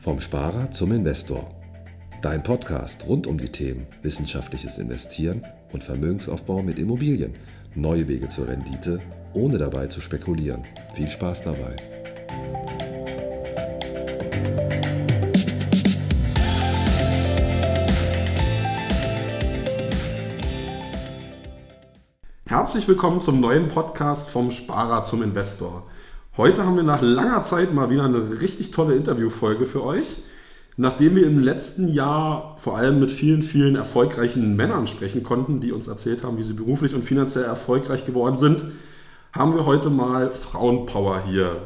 Vom Sparer zum Investor. Dein Podcast rund um die Themen wissenschaftliches Investieren und Vermögensaufbau mit Immobilien. Neue Wege zur Rendite, ohne dabei zu spekulieren. Viel Spaß dabei. Herzlich willkommen zum neuen Podcast vom Sparer zum Investor. Heute haben wir nach langer Zeit mal wieder eine richtig tolle Interviewfolge für euch. Nachdem wir im letzten Jahr vor allem mit vielen erfolgreichen Männern sprechen konnten, die uns erzählt haben, wie sie beruflich und finanziell erfolgreich geworden sind, haben wir heute mal Frauenpower hier.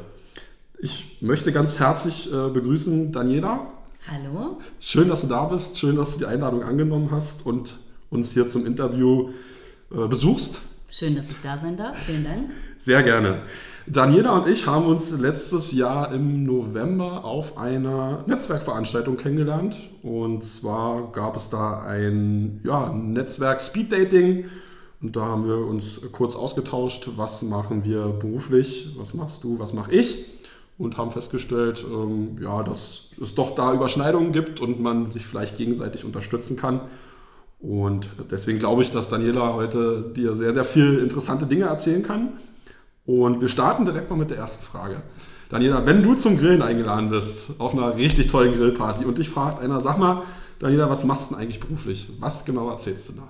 Ich möchte ganz herzlich begrüßen Daniela. Hallo. Schön, dass du da bist. Schön, dass du die Einladung angenommen hast und uns hier zum Interview besuchst. Schön, dass ich da sein darf. Vielen Dank. Sehr gerne. Daniela und ich haben uns letztes Jahr im November auf einer Netzwerkveranstaltung kennengelernt. Und zwar gab es da ein Netzwerk Speed Dating. Und da haben wir uns kurz ausgetauscht, was machen wir beruflich, was machst du, was mache ich. Und haben festgestellt, dass es doch da Überschneidungen gibt und man sich vielleicht gegenseitig unterstützen kann. Und deswegen glaube ich, dass Daniela heute dir sehr, sehr viel interessante Dinge erzählen kann. Und wir starten direkt mal mit der ersten Frage. Daniela, wenn du zum Grillen eingeladen bist, auf einer richtig tollen Grillparty und dich fragt einer, sag mal, Daniela, was machst du denn eigentlich beruflich? Was genau erzählst du da?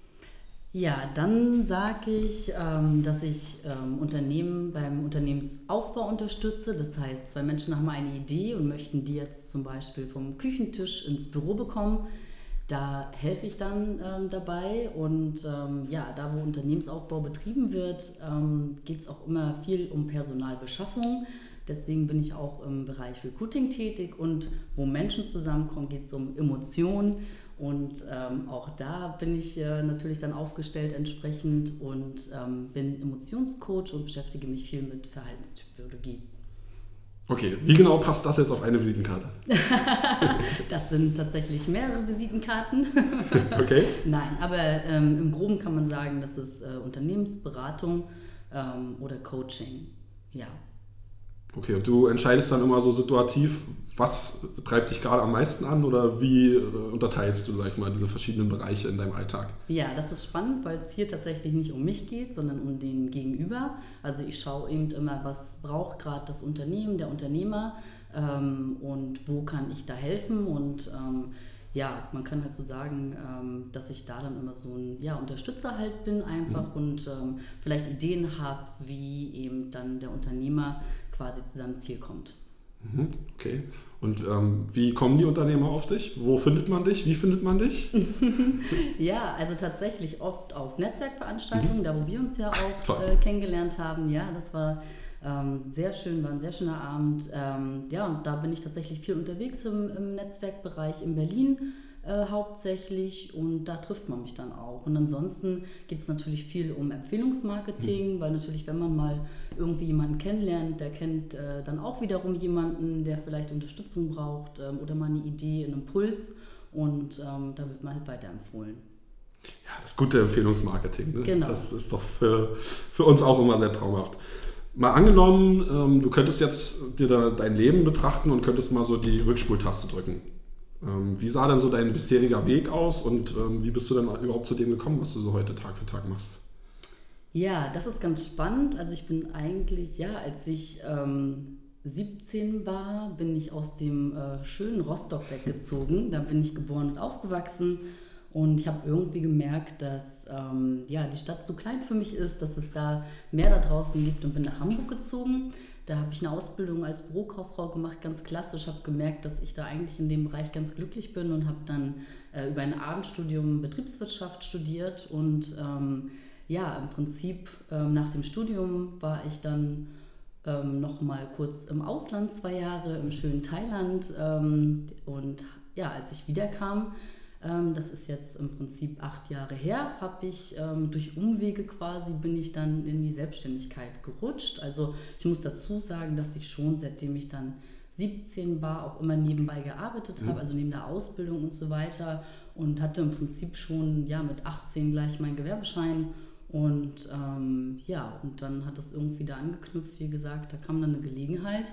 Ja, dann sage ich, dass ich Unternehmen beim Unternehmensaufbau unterstütze. Das heißt, zwei Menschen haben eine Idee und möchten die jetzt zum Beispiel vom Küchentisch ins Büro bekommen. Da helfe ich dann dabei und da wo Unternehmensaufbau betrieben wird, geht es auch immer viel um Personalbeschaffung. Deswegen bin ich auch im Bereich Recruiting tätig und wo Menschen zusammenkommen, geht es um Emotionen und auch da bin ich natürlich dann aufgestellt entsprechend und bin Emotionscoach und beschäftige mich viel mit Verhaltenstypologie. Okay, wie genau passt das jetzt auf eine Visitenkarte? Das sind tatsächlich mehrere Visitenkarten. Okay. Nein, aber im Groben kann man sagen, das ist Unternehmensberatung oder Coaching. Ja. Okay, und du entscheidest dann immer so situativ, was treibt dich gerade am meisten an oder wie unterteilst du, sag ich mal, diese verschiedenen Bereiche in deinem Alltag? Ja, das ist spannend, weil es hier tatsächlich nicht um mich geht, sondern um den Gegenüber. Also ich schaue eben immer, was braucht gerade das Unternehmen, der Unternehmer und wo kann ich da helfen und man kann halt so sagen, dass ich da dann immer so ein Unterstützer halt bin einfach und vielleicht Ideen habe, wie eben dann der Unternehmer quasi zu seinem Ziel kommt. Okay. Und wie kommen die Unternehmer auf dich? Wo findet man dich? Wie findet man dich? Ja, also tatsächlich oft auf Netzwerkveranstaltungen, da wo wir uns ja auch kennengelernt haben. Ja, das war sehr schön, war ein sehr schöner Abend. Und da bin ich tatsächlich viel unterwegs im Netzwerkbereich in Berlin hauptsächlich und da trifft man mich dann auch. Und ansonsten geht es natürlich viel um Empfehlungsmarketing, weil natürlich, wenn man mal irgendwie jemanden kennenlernt, der kennt dann auch wiederum jemanden, der vielleicht Unterstützung braucht oder mal eine Idee, einen Impuls und da wird man halt weiterempfohlen. Ja, das gute Empfehlungsmarketing, ne? Genau. Das ist doch für uns auch immer sehr traumhaft. Mal angenommen, du könntest jetzt dir da dein Leben betrachten und könntest mal so die Rückspultaste drücken. Wie sah denn so dein bisheriger Weg aus und wie bist du denn überhaupt zu dem gekommen, was du so heute Tag für Tag machst? Ja, das ist ganz spannend. Also ich bin eigentlich, als ich 17 war, bin ich aus dem schönen Rostock weggezogen. Da bin ich geboren und aufgewachsen. Und ich habe irgendwie gemerkt, dass die Stadt zu klein für mich ist, dass es da mehr da draußen gibt und bin nach Hamburg gezogen. Da habe ich eine Ausbildung als Bürokauffrau gemacht, ganz klassisch. Habe gemerkt, dass ich da eigentlich in dem Bereich ganz glücklich bin und habe dann über ein Abendstudium Betriebswirtschaft studiert. Und im Prinzip nach dem Studium war ich dann noch mal kurz im Ausland 2 Jahre im schönen Thailand. Als ich wiederkam, das ist jetzt im Prinzip 8 Jahre her, habe ich durch Umwege quasi bin ich dann in die Selbstständigkeit gerutscht. Also ich muss dazu sagen, dass ich schon, seitdem ich dann 17 war, auch immer nebenbei gearbeitet habe, also neben der Ausbildung und so weiter und hatte im Prinzip schon mit 18 gleich meinen Gewerbeschein und dann hat das irgendwie da angeknüpft, wie gesagt, da kam dann eine Gelegenheit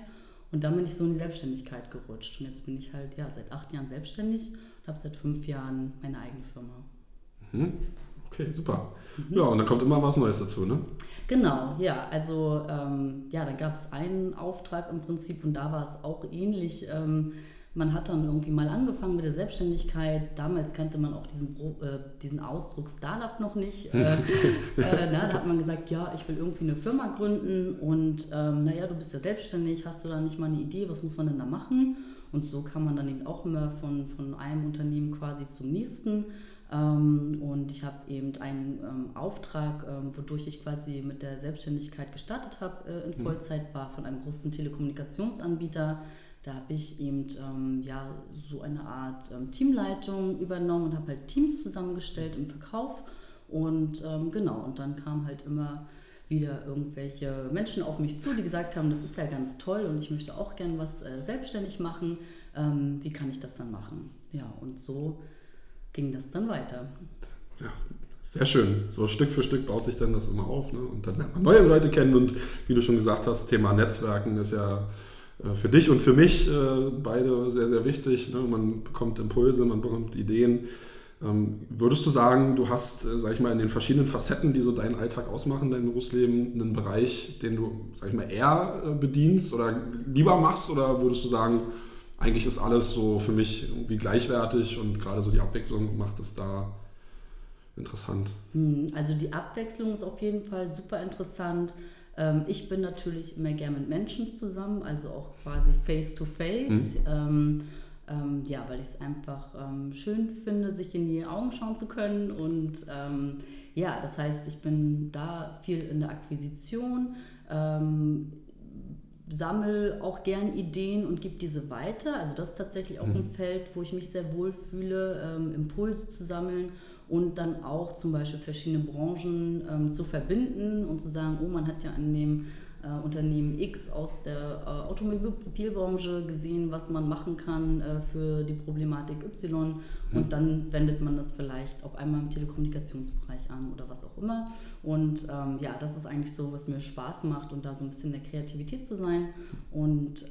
Und dann bin ich so in die Selbstständigkeit gerutscht. Und jetzt bin ich halt seit 8 Jahren selbstständig und habe seit 5 Jahren meine eigene Firma. Okay, super. Ja, und dann kommt immer was Neues dazu, ne? Genau, ja. Also dann gab es einen Auftrag im Prinzip und da war es auch ähnlich. Man hat dann irgendwie mal angefangen mit der Selbstständigkeit. Damals kannte man auch diesen Ausdruck Startup noch nicht. Da hat man gesagt, ja, ich will irgendwie eine Firma gründen und du bist ja selbstständig, hast du da nicht mal eine Idee, was muss man denn da machen? Und so kann man dann eben auch immer von einem Unternehmen quasi zum nächsten. Und ich habe eben einen Auftrag, wodurch ich quasi mit der Selbstständigkeit gestartet habe in Vollzeit, war von einem großen Telekommunikationsanbieter. Da habe ich eben so eine Art Teamleitung übernommen und habe halt Teams zusammengestellt im Verkauf. Und und dann kamen halt immer wieder irgendwelche Menschen auf mich zu, die gesagt haben, das ist ja ganz toll und ich möchte auch gern was selbstständig machen. Wie kann ich das dann machen? Ja, und so ging das dann weiter. Ja, sehr schön. So Stück für Stück baut sich dann das immer auf, ne? Und dann lernt man neue Leute kennen und wie du schon gesagt hast, Thema Netzwerken ist ja für dich und für mich beide sehr, sehr wichtig. Ne? Man bekommt Impulse, man bekommt Ideen. Würdest du sagen, du hast, sag ich mal, in den verschiedenen Facetten, die so deinen Alltag ausmachen, dein Berufsleben, einen Bereich, den du, sag ich mal, eher bedienst oder lieber machst? Oder würdest du sagen, eigentlich ist alles so für mich irgendwie gleichwertig und gerade so die Abwechslung macht es da interessant? Also die Abwechslung ist auf jeden Fall super interessant. Ich bin natürlich immer gern mit Menschen zusammen, also auch quasi face-to-face. Weil ich es einfach schön finde, sich in die Augen schauen zu können. Und das heißt, ich bin da viel in der Akquisition, sammle auch gern Ideen und gebe diese weiter. Also das ist tatsächlich auch ein Feld, wo ich mich sehr wohl fühle, Impulse zu sammeln und dann auch zum Beispiel verschiedene Branchen zu verbinden und zu sagen, oh, man hat ja an dem Unternehmen X aus der Automobilbranche gesehen, was man machen kann für die Problematik Y und dann wendet man das vielleicht auf einmal im Telekommunikationsbereich an oder was auch immer und das ist eigentlich so, was mir Spaß macht und da so ein bisschen in der Kreativität zu sein und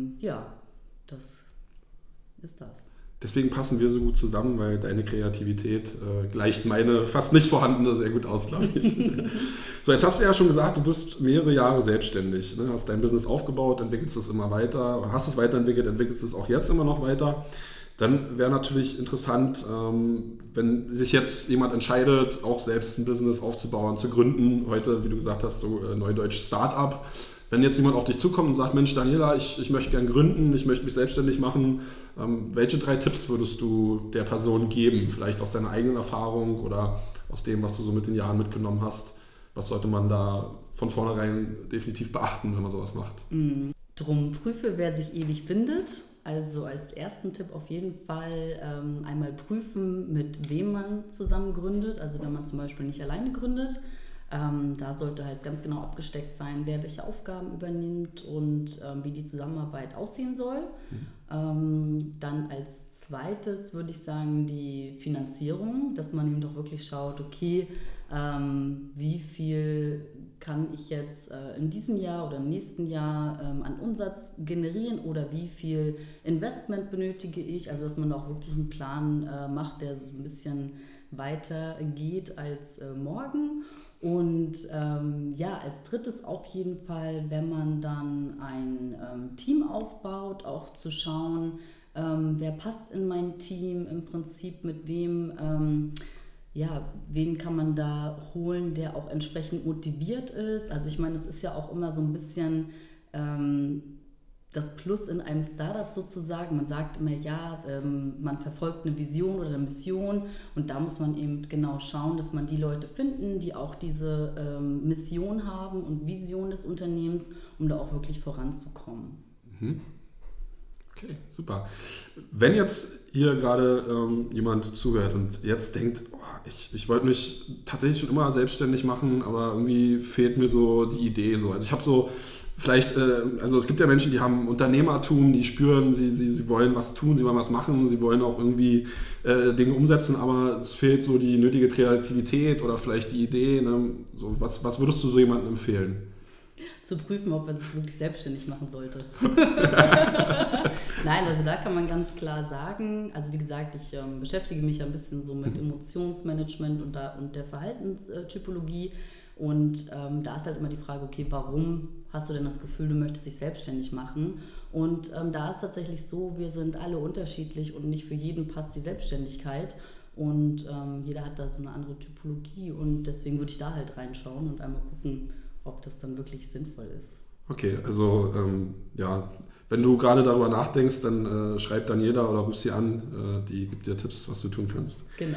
das ist das. Deswegen passen wir so gut zusammen, weil deine Kreativität gleicht meine fast nicht vorhandene sehr gut aus, glaube ich. So, jetzt hast du ja schon gesagt, du bist mehrere Jahre selbstständig, ne? Hast dein Business aufgebaut, entwickelst es immer weiter, hast es weiterentwickelt, entwickelst es auch jetzt immer noch weiter. Dann wäre natürlich interessant, wenn sich jetzt jemand entscheidet, auch selbst ein Business aufzubauen, zu gründen. Heute, wie du gesagt hast, so Neudeutsch Start-up. Wenn jetzt jemand auf dich zukommt und sagt, Mensch Daniela, ich möchte gerne gründen, ich möchte mich selbstständig machen, welche 3 Tipps würdest du der Person geben? Vielleicht aus deiner eigenen Erfahrung oder aus dem, was du so mit den Jahren mitgenommen hast. Was sollte man da von vornherein definitiv beachten, wenn man sowas macht? Drum prüfe, wer sich ewig bindet. Also als ersten Tipp auf jeden Fall einmal prüfen, mit wem man zusammen gründet. Also wenn man zum Beispiel nicht alleine gründet. Da sollte halt ganz genau abgesteckt sein, wer welche Aufgaben übernimmt und wie die Zusammenarbeit aussehen soll. Dann als zweites würde ich sagen die Finanzierung, dass man eben doch wirklich schaut, okay, wie viel kann ich jetzt in diesem Jahr oder im nächsten Jahr an Umsatz generieren oder wie viel Investment benötige ich. Also dass man auch wirklich einen Plan macht, der so ein bisschen weiter geht als morgen. Und als drittes auf jeden Fall, wenn man dann ein Team aufbaut, auch zu schauen, wer passt in mein Team im Prinzip, mit wem, wen kann man da holen, der auch entsprechend motiviert ist. Also ich meine, es ist ja auch immer so ein bisschen das Plus in einem Startup sozusagen. Man sagt immer, man verfolgt eine Vision oder eine Mission und da muss man eben genau schauen, dass man die Leute finden, die auch diese Mission haben und Vision des Unternehmens, um da auch wirklich voranzukommen. Okay, super. Wenn jetzt hier gerade jemand zuhört und jetzt denkt, ich wollte mich tatsächlich schon immer selbstständig machen, aber irgendwie fehlt mir so die Idee. So. Also ich habe so vielleicht, es gibt ja Menschen, die haben Unternehmertum, die spüren, sie wollen was tun, sie wollen was machen, sie wollen auch irgendwie Dinge umsetzen, aber es fehlt so die nötige Kreativität oder vielleicht die Idee. Ne? So, was würdest du so jemandem empfehlen? zu prüfen, ob er sich wirklich selbstständig machen sollte. Nein, also da kann man ganz klar sagen, also wie gesagt, ich beschäftige mich ja ein bisschen so mit Emotionsmanagement und der Verhaltenstypologie. Und da ist halt immer die Frage, okay, warum hast du denn das Gefühl, du möchtest dich selbstständig machen? Und da ist tatsächlich so, wir sind alle unterschiedlich und nicht für jeden passt die Selbstständigkeit. Und jeder hat da so eine andere Typologie und deswegen würde ich da halt reinschauen und einmal gucken, ob das dann wirklich sinnvoll ist. Okay, also wenn du gerade darüber nachdenkst, dann schreib Daniela oder ruf sie an, die gibt dir Tipps, was du tun kannst. Genau.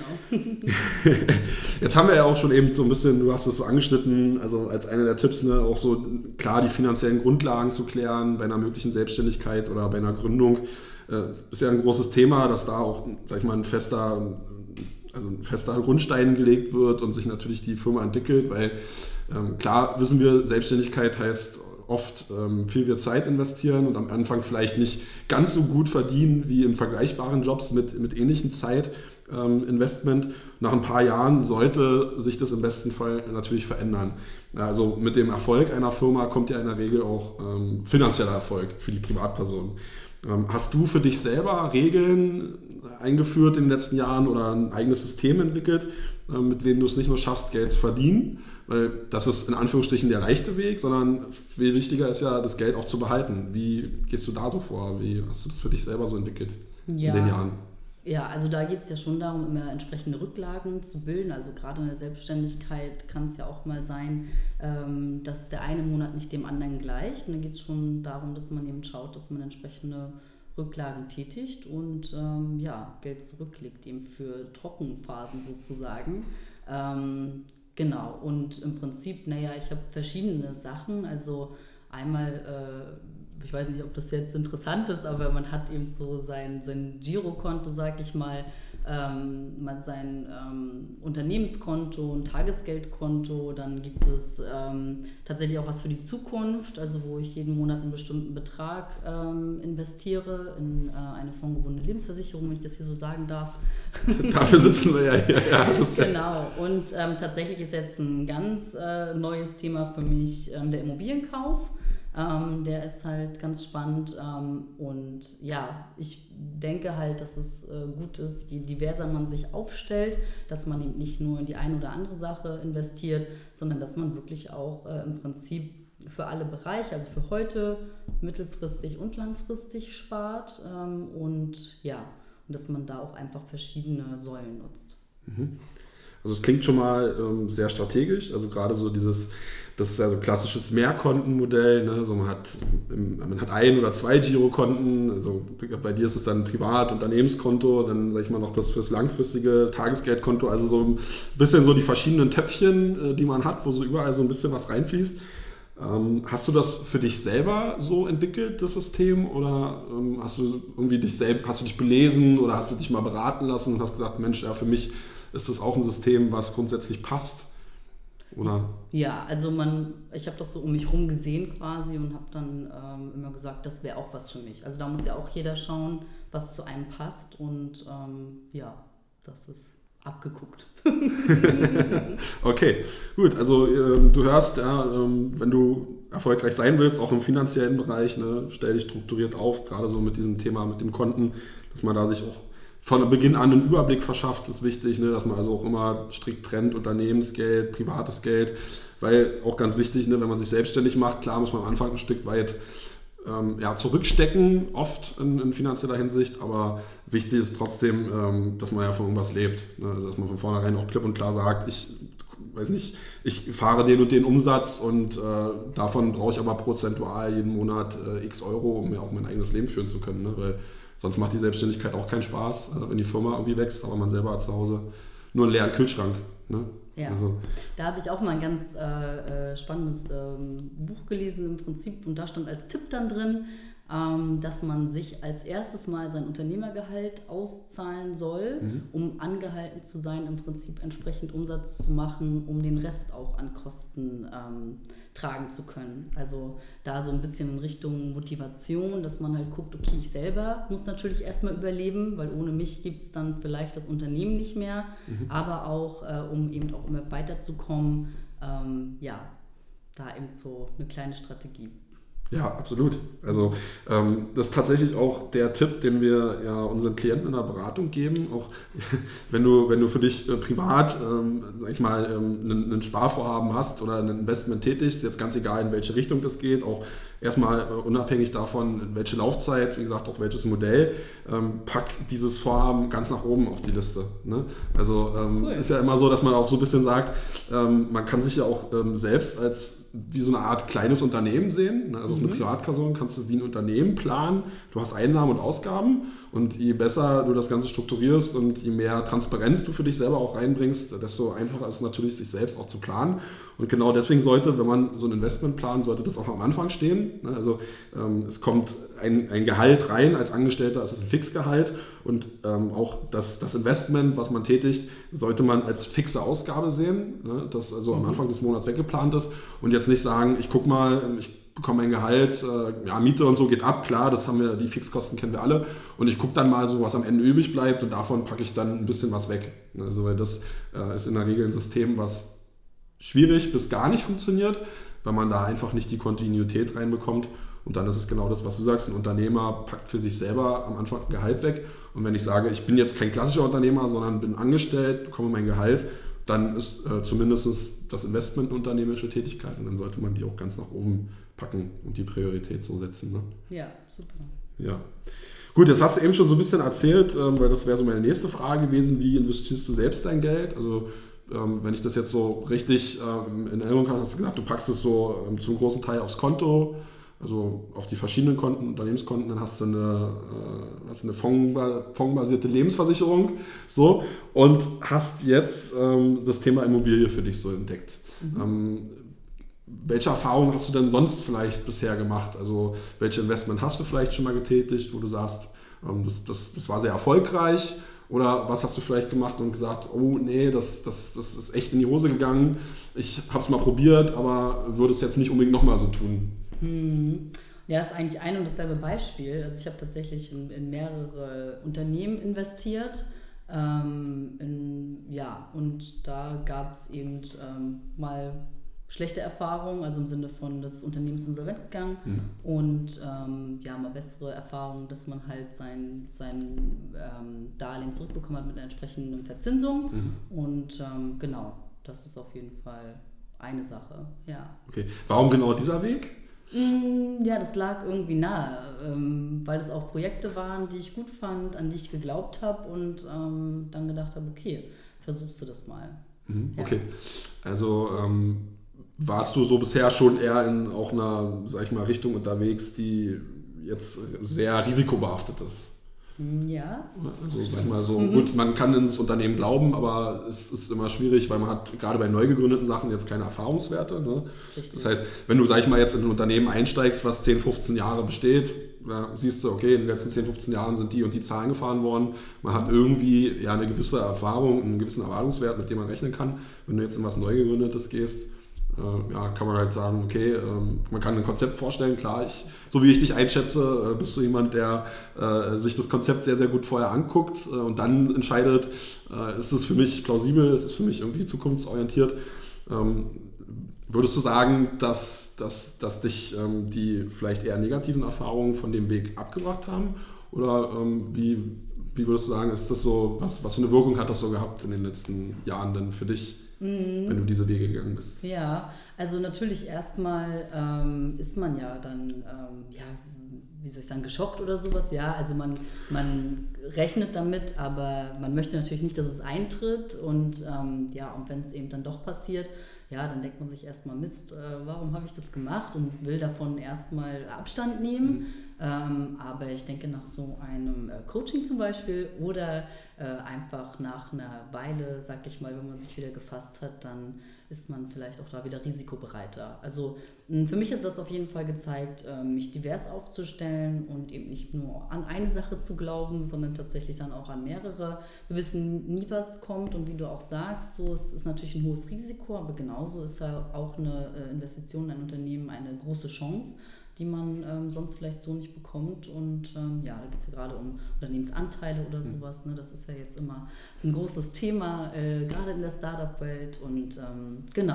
Jetzt haben wir ja auch schon eben so ein bisschen, du hast es so angeschnitten, also als einer der Tipps, ne, auch so klar die finanziellen Grundlagen zu klären bei einer möglichen Selbstständigkeit oder bei einer Gründung. Ist ja ein großes Thema, dass da auch, sag ich mal, ein fester Grundstein gelegt wird und sich natürlich die Firma entwickelt, weil klar wissen wir, Selbstständigkeit heißt oft viel Zeit investieren und am Anfang vielleicht nicht ganz so gut verdienen wie in vergleichbaren Jobs mit ähnlichem Zeitinvestment. Nach ein paar Jahren sollte sich das im besten Fall natürlich verändern. Also mit dem Erfolg einer Firma kommt ja in der Regel auch finanzieller Erfolg für die Privatperson. Hast du für dich selber Regeln eingeführt in den letzten Jahren oder ein eigenes System entwickelt, mit denen du es nicht nur schaffst, Geld zu verdienen? Weil das ist in Anführungsstrichen der leichte Weg, sondern viel wichtiger ist ja, das Geld auch zu behalten. Wie gehst du da so vor? Wie hast du das für dich selber so entwickelt in den Jahren? Ja, also da geht es ja schon darum, immer entsprechende Rücklagen zu bilden. Also gerade in der Selbstständigkeit kann es ja auch mal sein, dass der eine Monat nicht dem anderen gleicht. Und dann geht es schon darum, dass man eben schaut, dass man entsprechende Rücklagen tätigt und Geld zurücklegt, eben für Trockenphasen sozusagen. Genau, und im Prinzip, ich habe verschiedene Sachen, also einmal, ich weiß nicht, ob das jetzt interessant ist, aber man hat eben so sein Girokonto, sag ich mal, man hat sein Unternehmenskonto, ein Tagesgeldkonto, dann gibt es tatsächlich auch was für die Zukunft, also wo ich jeden Monat einen bestimmten Betrag investiere in eine fondgebundene Lebensversicherung, wenn ich das hier so sagen darf. Dafür sitzen wir ja hier. Ja, genau, und tatsächlich ist jetzt ein ganz neues Thema für mich der Immobilienkauf. Der ist halt ganz spannend und ich denke halt, dass es gut ist, je diverser man sich aufstellt, dass man eben nicht nur in die eine oder andere Sache investiert, sondern dass man wirklich auch im Prinzip für alle Bereiche, also für heute, mittelfristig und langfristig spart und dass man da auch einfach verschiedene Säulen nutzt. Mhm. Also es klingt schon mal sehr strategisch, also gerade so das ist ja so ein klassisches Mehrkontenmodell, ne? So man hat ein oder zwei Girokonten, also bei dir ist es dann ein Privat-Unternehmenskonto, dann sage ich mal noch das fürs langfristige Tagesgeldkonto, also so ein bisschen so die verschiedenen Töpfchen, die man hat, wo so überall so ein bisschen was reinfließt. Hast du das für dich selber so entwickelt, das System, oder hast du dich belesen oder hast du dich mal beraten lassen und hast gesagt, Mensch, ja, für mich ist das auch ein System, was grundsätzlich passt? Oder? Ja, also ich habe das so um mich rum gesehen quasi und habe dann immer gesagt, das wäre auch was für mich. Also da muss ja auch jeder schauen, was zu einem passt und das ist abgeguckt. Okay, gut. Also du hörst, wenn du erfolgreich sein willst, auch im finanziellen Bereich, ne, stell dich strukturiert auf, gerade so mit diesem Thema, mit dem Konten, dass man da sich auch von Beginn an einen Überblick verschafft, ist wichtig, ne, dass man also auch immer strikt trennt, Unternehmensgeld, privates Geld, weil auch ganz wichtig, ne, wenn man sich selbstständig macht, klar muss man am Anfang ein Stück weit zurückstecken, oft in finanzieller Hinsicht, aber wichtig ist trotzdem, dass man ja von irgendwas lebt, ne, also dass man von vornherein auch klipp und klar sagt, ich fahre den und den Umsatz und davon brauche ich aber prozentual jeden Monat x Euro, um mir auch mein eigenes Leben führen zu können, ne, weil sonst macht die Selbstständigkeit auch keinen Spaß, wenn die Firma irgendwie wächst, aber man selber hat zu Hause nur einen leeren Kühlschrank. Ne? Ja, also. Da habe ich auch mal ein ganz spannendes Buch gelesen im Prinzip und da stand als Tipp dann drin, dass man sich als erstes mal sein Unternehmergehalt auszahlen soll, um angehalten zu sein, im Prinzip entsprechend Umsatz zu machen, um den Rest auch an Kosten tragen zu können. Also da so ein bisschen in Richtung Motivation, dass man halt guckt, okay, ich selber muss natürlich erstmal überleben, weil ohne mich gibt es dann vielleicht das Unternehmen nicht mehr, aber auch, um eben auch immer weiterzukommen, da eben so eine kleine Strategie. Ja, absolut. Also das ist tatsächlich auch der Tipp, den wir ja unseren Klienten in der Beratung geben. Auch wenn du für dich privat, sag ich mal, einen Sparvorhaben hast oder ein Investment tätigst, jetzt ganz egal in welche Richtung das geht, auch erstmal unabhängig davon, in welche Laufzeit, wie gesagt, auch welches Modell, pack dieses Vorhaben ganz nach oben auf die Liste. Ne? Also cool. Ist ja immer so, dass man auch so ein bisschen sagt, man kann sich ja auch selbst als wie so eine Art kleines Unternehmen sehen. Ne? Also eine Privatperson kannst du wie ein Unternehmen planen. Du hast Einnahmen und Ausgaben und je besser du das Ganze strukturierst und je mehr Transparenz du für dich selber auch reinbringst, desto einfacher ist es natürlich, sich selbst auch zu planen. Und genau deswegen sollte, wenn man so ein Investment plant, sollte das auch am Anfang stehen. Ne? Also es kommt ein Gehalt rein als Angestellter, es ist ein Fixgehalt und auch das Investment, was man tätigt, sollte man als fixe Ausgabe sehen, ne? Das also am Anfang des Monats weggeplant ist und jetzt nicht sagen, ich guck mal, ich bekomme ein Gehalt, Miete und so geht ab, klar, das haben wir, die Fixkosten kennen wir alle und ich gucke dann mal so, was am Ende übrig bleibt und davon packe ich dann ein bisschen was weg. Also weil das ist in der Regel ein System, was schwierig bis gar nicht funktioniert, weil man da einfach nicht die Kontinuität reinbekommt. Und dann ist es genau das, was du sagst, ein Unternehmer packt für sich selber am Anfang Gehalt weg. Und wenn ich sage, ich bin jetzt kein klassischer Unternehmer, sondern bin angestellt, bekomme mein Gehalt, dann ist zumindest das Investment eine unternehmerische Tätigkeit und dann sollte man die auch ganz nach oben packen und die Priorität so setzen. Ne? Ja, super. Ja. Gut, jetzt hast du eben schon so ein bisschen erzählt, weil das wäre so meine nächste Frage gewesen, wie investierst du selbst dein Geld? Also wenn ich das jetzt so richtig in Erinnerung habe, hast du gesagt, du packst es so zum großen Teil aufs Konto, also auf die verschiedenen Konten, Unternehmenskonten, dann hast du eine fondsbasierte Lebensversicherung so, und hast jetzt das Thema Immobilie für dich so entdeckt. Welche Erfahrungen hast du denn sonst vielleicht bisher gemacht? Also welche Investment hast du vielleicht schon mal getätigt, wo du sagst, das war sehr erfolgreich? Oder was hast du vielleicht gemacht und gesagt, oh nee, das ist echt in die Hose gegangen, ich habe es mal probiert, aber würde es jetzt nicht unbedingt nochmal so tun? Ja, das ist eigentlich ein und dasselbe Beispiel. Also ich habe tatsächlich in mehrere Unternehmen investiert. Und da gab es eben mal schlechte Erfahrungen, also im Sinne von, das Unternehmen ist insolvent gegangen und mal bessere Erfahrungen, dass man halt sein Darlehen zurückbekommen hat mit einer entsprechenden Verzinsung und genau, das ist auf jeden Fall eine Sache, ja. Okay, warum genau dieser Weg? Ja, das lag irgendwie nahe, weil es auch Projekte waren, die ich gut fand, an die ich geglaubt habe und dann gedacht habe, okay, versuchst du das mal. Okay, also warst du so bisher schon eher in auch einer, sag ich mal, Richtung unterwegs, die jetzt sehr risikobehaftet ist? Ja. Also manchmal so, gut, man kann ins Unternehmen glauben, aber es ist immer schwierig, weil man hat gerade bei neu gegründeten Sachen jetzt keine Erfahrungswerte. Ne? Das heißt, wenn du, sag ich mal, jetzt in ein Unternehmen einsteigst, was 10, 15 Jahre besteht, da siehst du, okay, in den letzten 10, 15 Jahren sind die und die Zahlen gefahren worden. Man hat irgendwie ja eine gewisse Erfahrung, einen gewissen Erwartungswert, mit dem man rechnen kann. Wenn du jetzt in was neu gegründetes gehst, kann man halt sagen, okay, man kann ein Konzept vorstellen, klar, so wie ich dich einschätze, bist du jemand, der sich das Konzept sehr, sehr gut vorher anguckt und dann entscheidet, ist es für mich plausibel, ist es für mich irgendwie zukunftsorientiert. Würdest du sagen, dass dich die vielleicht eher negativen Erfahrungen von dem Weg abgebracht haben? Oder wie würdest du sagen, ist das so, was für eine Wirkung hat das so gehabt in den letzten Jahren denn für dich? Wenn du diese Wege gegangen bist. Ja, also natürlich erstmal ist man ja dann, geschockt oder sowas. Ja, also man rechnet damit, aber man möchte natürlich nicht, dass es eintritt. Und und wenn es eben dann doch passiert, ja, dann denkt man sich erstmal, Mist, warum habe ich das gemacht? Und will davon erstmal Abstand nehmen. Aber ich denke, nach so einem Coaching zum Beispiel oder einfach nach einer Weile, sag ich mal, wenn man sich wieder gefasst hat, dann ist man vielleicht auch da wieder risikobereiter. Also für mich hat das auf jeden Fall gezeigt, mich divers aufzustellen und eben nicht nur an eine Sache zu glauben, sondern tatsächlich dann auch an mehrere. Wir wissen nie, was kommt und wie du auch sagst, so, es ist natürlich ein hohes Risiko, aber genauso ist ja auch eine Investition in ein Unternehmen eine große Chance, die man sonst vielleicht so nicht bekommt. Und da geht es ja gerade um Unternehmensanteile oder sowas. Ne? Das ist ja jetzt immer ein großes Thema, gerade in der Startup-Welt. Und genau,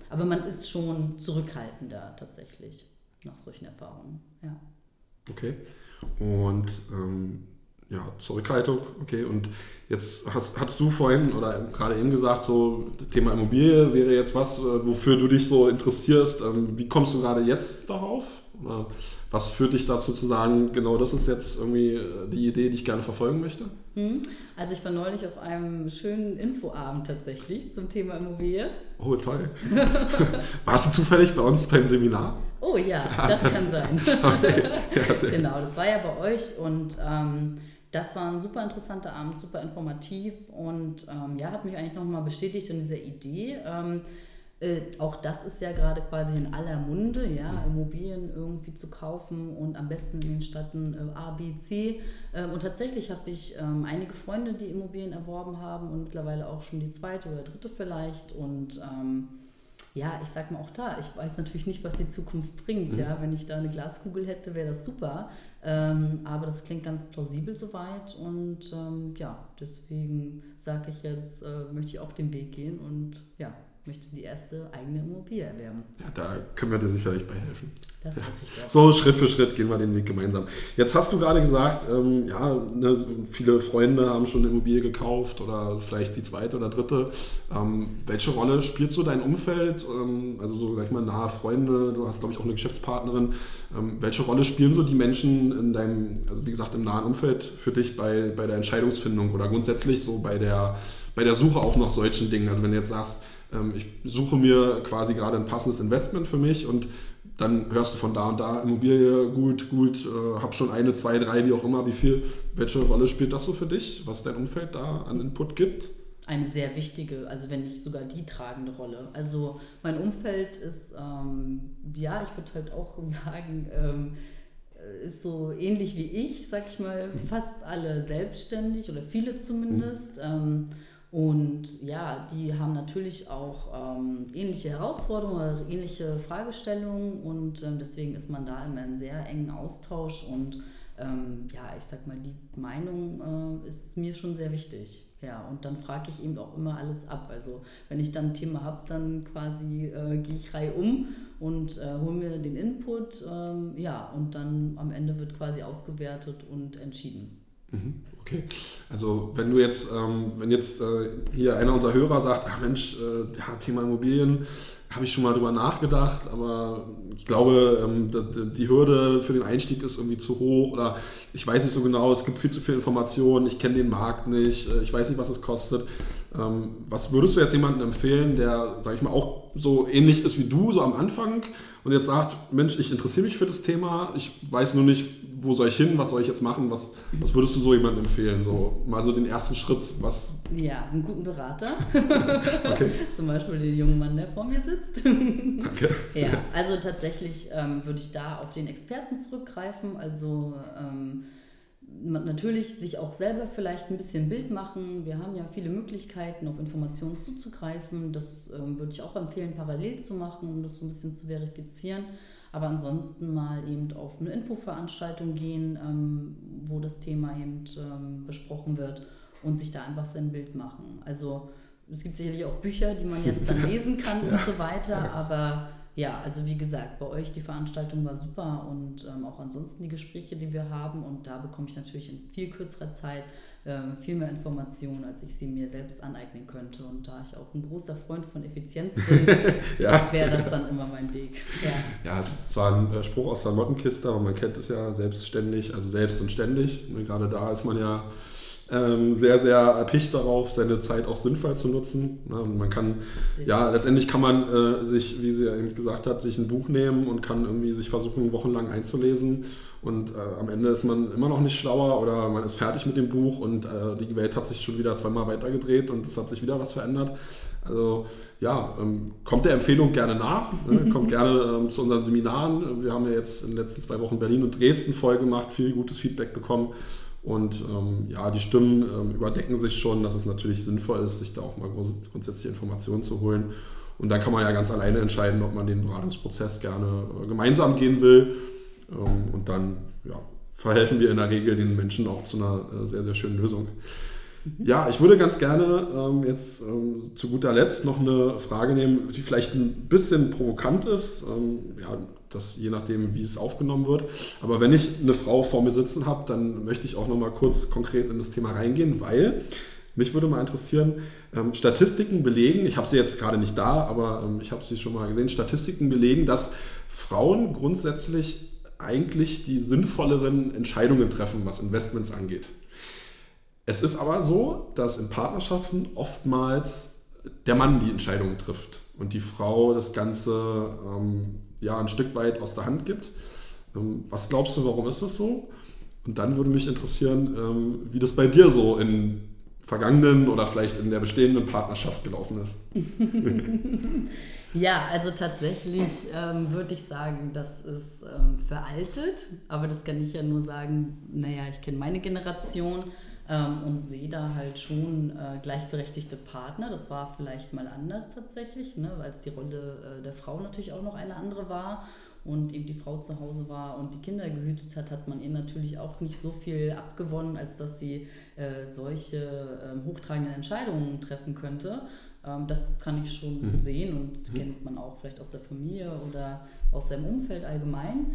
aber man ist schon zurückhaltender tatsächlich nach solchen Erfahrungen. Ja. Okay. Und Zurückhaltung, okay. Und jetzt hast du vorhin oder gerade eben gesagt, so das Thema Immobilie wäre jetzt was, wofür du dich so interessierst. Wie kommst du gerade jetzt darauf? Oder was führt dich dazu zu sagen, genau das ist jetzt irgendwie die Idee, die ich gerne verfolgen möchte? Also ich war neulich auf einem schönen Infoabend tatsächlich zum Thema Immobilie. Oh, toll. Warst du zufällig bei uns beim Seminar? Oh ja, das kann sein. Okay. Ja, genau, das war ja bei euch und das war ein super interessanter Abend, super informativ und hat mich eigentlich nochmal bestätigt in dieser Idee. Auch das ist ja gerade quasi in aller Munde, ja, Immobilien irgendwie zu kaufen und am besten in den Städten A, B, C. Und tatsächlich habe ich einige Freunde, die Immobilien erworben haben und mittlerweile auch schon die zweite oder dritte vielleicht. Und ich sag mal auch da, ich weiß natürlich nicht, was die Zukunft bringt. Ja? Wenn ich da eine Glaskugel hätte, wäre das super. Aber das klingt ganz plausibel soweit und deswegen sage ich jetzt, möchte ich auch den Weg gehen und möchte die erste eigene Immobilie erwerben. Ja, da können wir dir sicherlich bei helfen. Das hoffe ich doch. So Schritt für Schritt gehen wir den Weg gemeinsam. Jetzt hast du gerade gesagt, viele Freunde haben schon eine Immobilie gekauft oder vielleicht die zweite oder dritte. Welche Rolle spielt so dein Umfeld? Also so, sag ich mal, nahe Freunde, du hast glaube ich auch eine Geschäftspartnerin. Welche Rolle spielen so die Menschen in deinem, also wie gesagt, im nahen Umfeld für dich bei der Entscheidungsfindung oder grundsätzlich so bei der Suche auch nach solchen Dingen? Also wenn du jetzt sagst, ich suche mir quasi gerade ein passendes Investment für mich und dann hörst du von da und da Immobilie, gut, hab schon 1, 2, 3, wie auch immer, wie viel. Welche Rolle spielt das so für dich, was dein Umfeld da an Input gibt? Eine sehr wichtige, also wenn nicht sogar die tragende Rolle. Also mein Umfeld ist, ich würde halt auch sagen, ist so ähnlich wie ich, sag ich mal, fast alle selbstständig oder viele zumindest. Und ja, die haben natürlich auch ähnliche Herausforderungen oder ähnliche Fragestellungen und deswegen ist man da immer in sehr engen Austausch und ich sag mal, die Meinung ist mir schon sehr wichtig. Ja, und dann frage ich eben auch immer alles ab. Also wenn ich dann ein Thema habe, dann quasi gehe ich reihum und hole mir den Input, und dann am Ende wird quasi ausgewertet und entschieden. Okay, also wenn jetzt hier einer unserer Hörer sagt, Thema Immobilien, habe ich schon mal drüber nachgedacht, aber ich glaube, die Hürde für den Einstieg ist irgendwie zu hoch oder ich weiß nicht so genau, es gibt viel zu viel Informationen, ich kenne den Markt nicht, ich weiß nicht, was es kostet. Was würdest du jetzt jemandem empfehlen, der, sag ich mal, auch so ähnlich ist wie du, so am Anfang und jetzt sagt, Mensch, ich interessiere mich für das Thema, ich weiß nur nicht, wo soll ich hin, was soll ich jetzt machen, was würdest du so jemandem empfehlen? So mal so den ersten Schritt, was... Ja, einen guten Berater, okay. Zum Beispiel den jungen Mann, der vor mir sitzt. Danke. Ja, also tatsächlich würde ich da auf den Experten zurückgreifen, also natürlich sich auch selber vielleicht ein bisschen Bild machen. Wir haben ja viele Möglichkeiten, auf Informationen zuzugreifen. Das würde ich auch empfehlen, parallel zu machen, um das so ein bisschen zu verifizieren. Aber ansonsten mal eben auf eine Infoveranstaltung gehen, wo das Thema eben besprochen wird und sich da einfach sein Bild machen. Also es gibt sicherlich auch Bücher, die man jetzt dann lesen kann und so weiter, aber ja, also wie gesagt, bei euch die Veranstaltung war super und auch ansonsten die Gespräche, die wir haben und da bekomme ich natürlich in viel kürzerer Zeit viel mehr Informationen, als ich sie mir selbst aneignen könnte und da ich auch ein großer Freund von Effizienz bin, wäre das dann immer mein Weg. Ja, es ist zwar ein Spruch aus der Mottenkiste, aber man kennt es ja selbstständig, also selbst und ständig. Gerade da ist man ja sehr, sehr erpicht darauf, seine Zeit auch sinnvoll zu nutzen. Man kann, letztendlich kann man sich, wie sie ja eben gesagt hat, sich ein Buch nehmen und kann irgendwie sich versuchen, wochenlang einzulesen und am Ende ist man immer noch nicht schlauer oder man ist fertig mit dem Buch und die Welt hat sich schon wieder 2-mal weitergedreht und es hat sich wieder was verändert. Also kommt der Empfehlung gerne nach, kommt gerne zu unseren Seminaren. Wir haben ja jetzt in den letzten 2 Wochen Berlin und Dresden voll gemacht, viel gutes Feedback bekommen. Und die Stimmen überdecken sich schon, dass es natürlich sinnvoll ist, sich da auch mal grundsätzliche Informationen zu holen. Und dann kann man ja ganz alleine entscheiden, ob man den Beratungsprozess gerne gemeinsam gehen will. Und dann verhelfen wir in der Regel den Menschen auch zu einer sehr, sehr schönen Lösung. Ja, ich würde ganz gerne jetzt zu guter Letzt noch eine Frage nehmen, die vielleicht ein bisschen provokant ist. Ja, das je nachdem, wie es aufgenommen wird. Aber wenn ich eine Frau vor mir sitzen habe, dann möchte ich auch noch mal kurz konkret in das Thema reingehen, weil mich würde mal interessieren, Statistiken belegen, ich habe sie jetzt gerade nicht da, aber ich habe sie schon mal gesehen, Statistiken belegen, dass Frauen grundsätzlich eigentlich die sinnvolleren Entscheidungen treffen, was Investments angeht. Es ist aber so, dass in Partnerschaften oftmals der Mann die Entscheidungen trifft und die Frau das Ganze ein Stück weit aus der Hand gibt. Was glaubst du, warum ist das so? Und dann würde mich interessieren, wie das bei dir so in vergangenen oder vielleicht in der bestehenden Partnerschaft gelaufen ist. Ja, also tatsächlich würde ich sagen, das ist veraltet, aber das kann ich ja nur sagen, naja, ich kenne meine Generation und sehe da halt schon gleichberechtigte Partner. Das war vielleicht mal anders tatsächlich, ne, weil die Rolle der Frau natürlich auch noch eine andere war und eben die Frau zu Hause war und die Kinder gehütet hat, hat man ihr natürlich auch nicht so viel abgewonnen, als dass sie solche hochtragenden Entscheidungen treffen könnte. Das kann ich schon sehen und das kennt man auch vielleicht aus der Familie oder aus seinem Umfeld allgemein.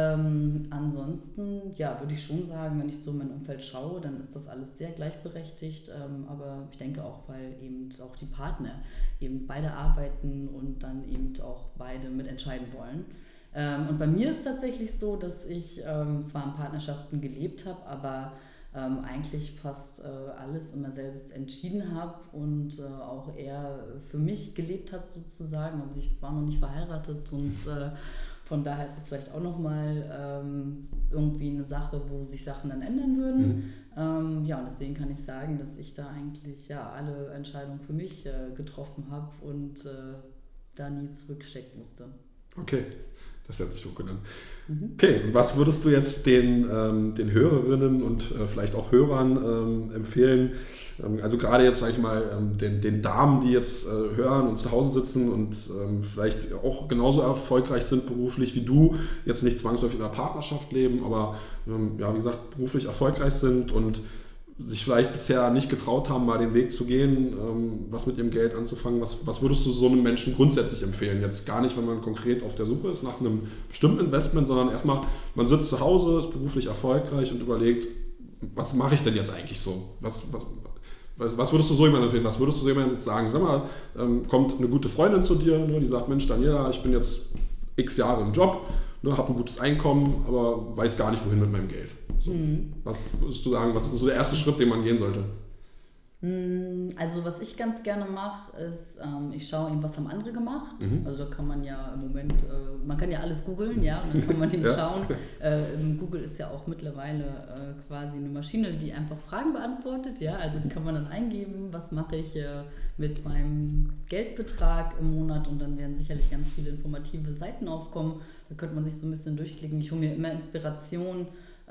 Ansonsten, ja, würde ich schon sagen, wenn ich so mein Umfeld schaue, dann ist das alles sehr gleichberechtigt. Aber ich denke auch, weil eben auch die Partner eben beide arbeiten und dann eben auch beide mitentscheiden wollen. Und bei mir ist es tatsächlich so, dass ich zwar in Partnerschaften gelebt habe, aber eigentlich fast alles immer selbst entschieden habe und auch eher für mich gelebt hat sozusagen. Also ich war noch nicht verheiratet und von daher ist es vielleicht auch nochmal irgendwie eine Sache, wo sich Sachen dann ändern würden. Und deswegen kann ich sagen, dass ich da eigentlich alle Entscheidungen für mich getroffen habe und da nie zurückstecken musste. Okay. Das hört sich so gut an. Okay, und was würdest du jetzt den Hörerinnen und vielleicht auch Hörern empfehlen? Also gerade jetzt, sage ich mal, den Damen, die jetzt hören und zu Hause sitzen und vielleicht auch genauso erfolgreich sind beruflich wie du, jetzt nicht zwangsläufig in einer Partnerschaft leben, aber wie gesagt, beruflich erfolgreich sind und sich vielleicht bisher nicht getraut haben, mal den Weg zu gehen, was mit ihrem Geld anzufangen. Was würdest du so einem Menschen grundsätzlich empfehlen? Jetzt gar nicht, wenn man konkret auf der Suche ist nach einem bestimmten Investment, sondern erstmal, man sitzt zu Hause, ist beruflich erfolgreich und überlegt, was mache ich denn jetzt eigentlich so? Was würdest du so jemandem empfehlen? Was würdest du so jemandem jetzt sagen? Sag mal, kommt eine gute Freundin zu dir, ne, die sagt, Mensch, Daniela, ich bin jetzt x Jahre im Job, ne, habe ein gutes Einkommen, aber weiß gar nicht, wohin mit meinem Geld. So. Was würdest du sagen, was ist so der erste Schritt, den man gehen sollte? Also was ich ganz gerne mache, ist, ich schaue eben, was haben andere gemacht. Also da kann man ja im Moment, man kann ja alles googeln, ja, und dann kann man eben schauen. Google ist ja auch mittlerweile quasi eine Maschine, die einfach Fragen beantwortet, ja, also die kann man dann eingeben, was mache ich mit meinem Geldbetrag im Monat und dann werden sicherlich ganz viele informative Seiten aufkommen. Da könnte man sich so ein bisschen durchklicken. Ich hole mir immer Inspiration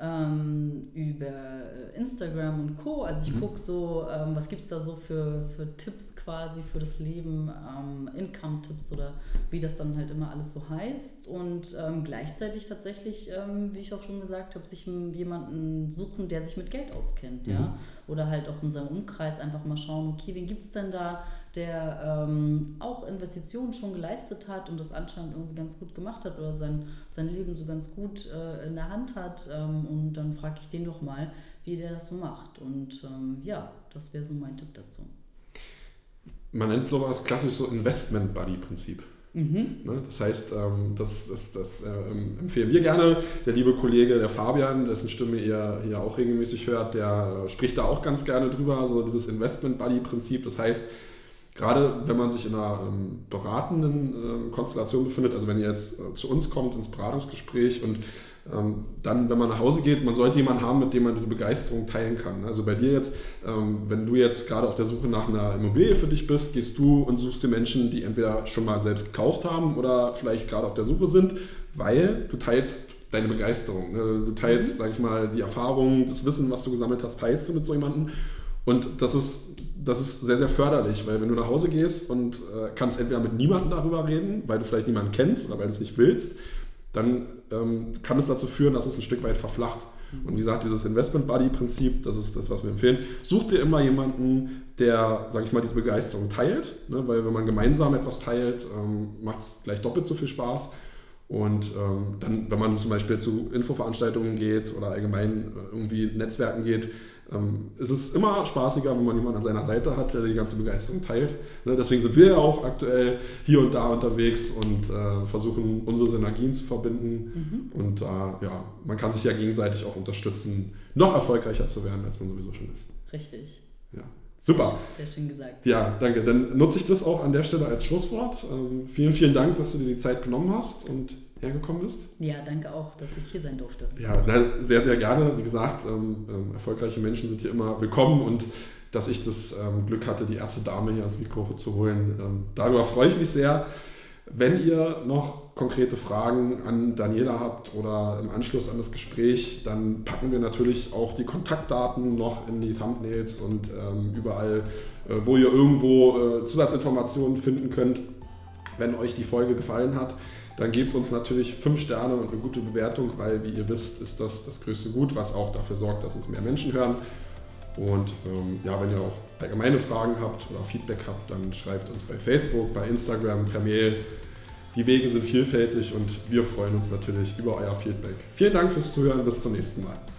über Instagram und Co. Also ich gucke so, was gibt es da so für Tipps quasi für das Leben, Income-Tipps oder wie das dann halt immer alles so heißt und gleichzeitig tatsächlich, wie ich auch schon gesagt habe, sich jemanden suchen, der sich mit Geld auskennt, ja, oder halt auch in seinem Umkreis einfach mal schauen, okay, wen gibt es denn da, der auch Investitionen schon geleistet hat und das anscheinend irgendwie ganz gut gemacht hat oder sein Leben so ganz gut in der Hand hat und dann frage ich den doch mal, wie der das so macht und das wäre so mein Tipp dazu. Man nennt sowas klassisch so Investment-Buddy-Prinzip. Ne? Das heißt, das empfehlen wir gerne. Der liebe Kollege, der Fabian, dessen Stimme ihr hier auch regelmäßig hört, der spricht da auch ganz gerne drüber, so dieses Investment-Buddy-Prinzip. Das heißt, gerade wenn man sich in einer beratenden Konstellation befindet, also wenn ihr jetzt zu uns kommt ins Beratungsgespräch und dann, wenn man nach Hause geht, man sollte jemanden haben, mit dem man diese Begeisterung teilen kann. Also bei dir jetzt, wenn du jetzt gerade auf der Suche nach einer Immobilie für dich bist, gehst du und suchst dir Menschen, die entweder schon mal selbst gekauft haben oder vielleicht gerade auf der Suche sind, weil du teilst deine Begeisterung. Ne? Du teilst, sag ich mal, die Erfahrung, das Wissen, was du gesammelt hast, teilst du mit so jemandem. Und das ist sehr, sehr förderlich, weil wenn du nach Hause gehst und kannst entweder mit niemandem darüber reden, weil du vielleicht niemanden kennst oder weil du es nicht willst, dann kann es dazu führen, dass es ein Stück weit verflacht. Und wie gesagt, dieses Investment-Buddy-Prinzip, das ist das, was wir empfehlen. Such dir immer jemanden, der, sage ich mal, diese Begeisterung teilt, ne? Weil wenn man gemeinsam etwas teilt, macht es gleich doppelt so viel Spaß. Und dann, wenn man zum Beispiel zu Infoveranstaltungen geht oder allgemein irgendwie Netzwerken geht, es ist immer spaßiger, wenn man jemanden an seiner Seite hat, der die ganze Begeisterung teilt. Ne? Deswegen sind wir ja auch aktuell hier und da unterwegs und versuchen, unsere Synergien zu verbinden. Und ja, man kann sich ja gegenseitig auch unterstützen, noch erfolgreicher zu werden, als man sowieso schon ist. Richtig. Ja. Super. Sehr schön gesagt. Ja, danke. Dann nutze ich das auch an der Stelle als Schlusswort. Vielen, vielen Dank, dass du dir die Zeit genommen hast und hergekommen bist. Ja, danke auch, dass ich hier sein durfte. Ja, sehr, sehr gerne. Wie gesagt, erfolgreiche Menschen sind hier immer willkommen und dass ich das Glück hatte, die erste Dame hier ans Mikro zu holen, darüber freue ich mich sehr. Wenn ihr noch konkrete Fragen an Daniela habt oder im Anschluss an das Gespräch, dann packen wir natürlich auch die Kontaktdaten noch in die Thumbnails und überall, wo ihr irgendwo Zusatzinformationen finden könnt. Wenn euch die Folge gefallen hat, dann gebt uns natürlich 5 Sterne und eine gute Bewertung, weil, wie ihr wisst, ist das größte Gut, was auch dafür sorgt, dass uns mehr Menschen hören. Und ja, wenn ihr auch allgemeine Fragen habt oder Feedback habt, dann schreibt uns bei Facebook, bei Instagram, per Mail. Die Wege sind vielfältig und wir freuen uns natürlich über euer Feedback. Vielen Dank fürs Zuhören, bis zum nächsten Mal.